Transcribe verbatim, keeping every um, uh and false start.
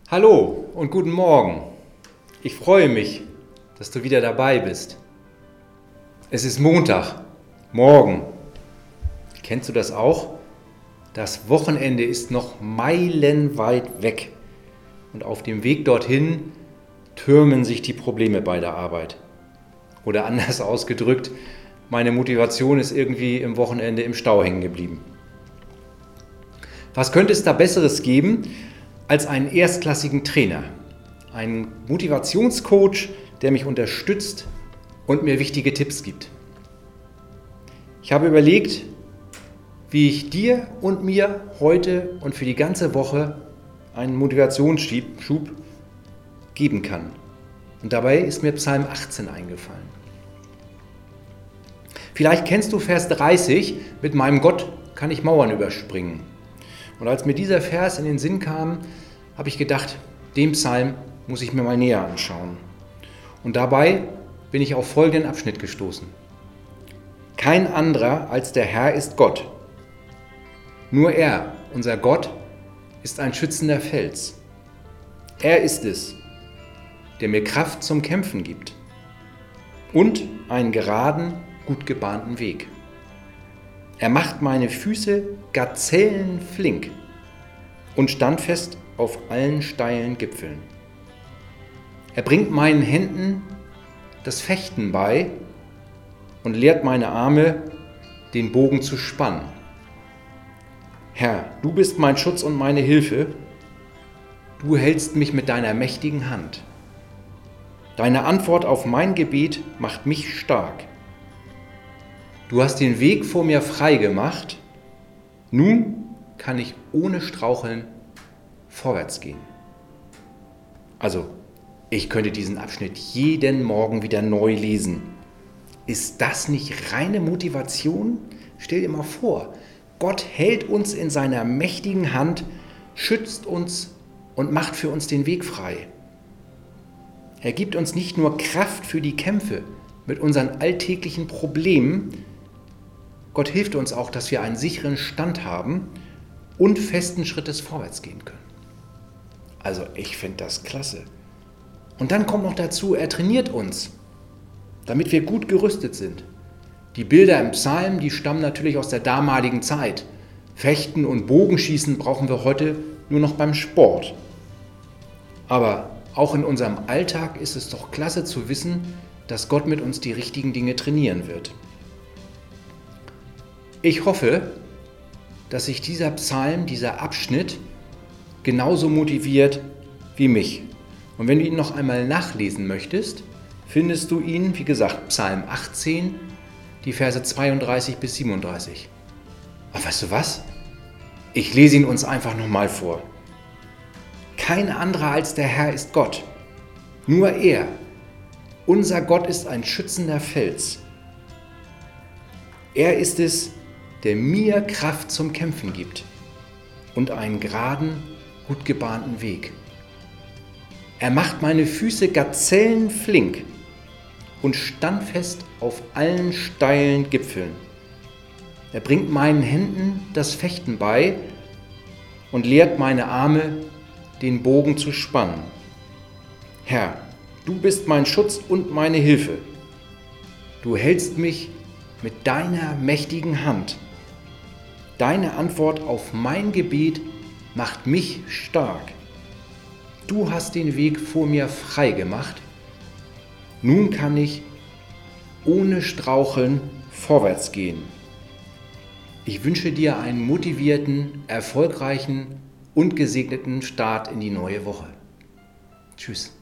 Hallo und guten Morgen. Ich freue mich, dass du wieder dabei bist. Es ist Montag, morgen. Kennst du das auch? Das Wochenende ist noch meilenweit weg und auf dem Weg dorthin türmen sich die Probleme bei der Arbeit. Oder anders ausgedrückt, meine Motivation ist irgendwie im Wochenende im Stau hängen geblieben. Was könnte es da Besseres geben als einen erstklassigen Trainer, einen Motivationscoach, der mich unterstützt und mir wichtige Tipps gibt? Ich habe überlegt, wie ich dir und mir heute und für die ganze Woche einen Motivationsschub geben kann. Und dabei ist mir Psalm achtzehn eingefallen. Vielleicht kennst du Vers dreißig, mit meinem Gott kann ich Mauern überspringen. Und als mir dieser Vers in den Sinn kam, habe ich gedacht, den Psalm muss ich mir mal näher anschauen. Und dabei bin ich auf folgenden Abschnitt gestoßen. Kein anderer als der Herr ist Gott. Nur er, unser Gott, ist ein schützender Fels. Er ist es, der mir Kraft zum Kämpfen gibt und einen geraden, gut gebahnten Weg. Er macht meine Füße gazellenflink und standfest auf allen steilen Gipfeln. Er bringt meinen Händen das Fechten bei und lehrt meine Arme, den Bogen zu spannen. Herr, du bist mein Schutz und meine Hilfe. Du hältst mich mit deiner mächtigen Hand. Deine Antwort auf mein Gebet macht mich stark. Du hast den Weg vor mir frei gemacht. Nun kann ich ohne Straucheln vorwärts gehen. Also, ich könnte diesen Abschnitt jeden Morgen wieder neu lesen. Ist das nicht reine Motivation? Stell dir mal vor, Gott hält uns in seiner mächtigen Hand, schützt uns und macht für uns den Weg frei. Er gibt uns nicht nur Kraft für die Kämpfe mit unseren alltäglichen Problemen, Gott hilft uns auch, dass wir einen sicheren Stand haben und festen Schrittes vorwärts gehen können. Also ich finde das klasse. Und dann kommt noch dazu, er trainiert uns, damit wir gut gerüstet sind. Die Bilder im Psalm, die stammen natürlich aus der damaligen Zeit. Fechten und Bogenschießen brauchen wir heute nur noch beim Sport. Aber auch in unserem Alltag ist es doch klasse zu wissen, dass Gott mit uns die richtigen Dinge trainieren wird. Ich hoffe, dass sich dieser Psalm, dieser Abschnitt genauso motiviert wie mich. Und wenn du ihn noch einmal nachlesen möchtest, findest du ihn, wie gesagt, Psalm achtzehn, die Verse zweiunddreißig bis siebenunddreißig. Aber weißt du was? Ich lese ihn uns einfach nochmal vor. Kein anderer als der Herr ist Gott. Nur er. Unser Gott ist ein schützender Fels. Er ist es, der mir Kraft zum Kämpfen gibt und einen geraden, gut gebahnten Weg. Er macht meine Füße gazellenflink und standfest auf allen steilen Gipfeln. Er bringt meinen Händen das Fechten bei und lehrt meine Arme, den Bogen zu spannen. Herr, du bist mein Schutz und meine Hilfe. Du hältst mich mit deiner mächtigen Hand. Deine Antwort auf mein Gebet macht mich stark. Du hast den Weg vor mir frei gemacht. Nun kann ich ohne Straucheln vorwärts gehen. Ich wünsche dir einen motivierten, erfolgreichen und gesegneten Start in die neue Woche. Tschüss.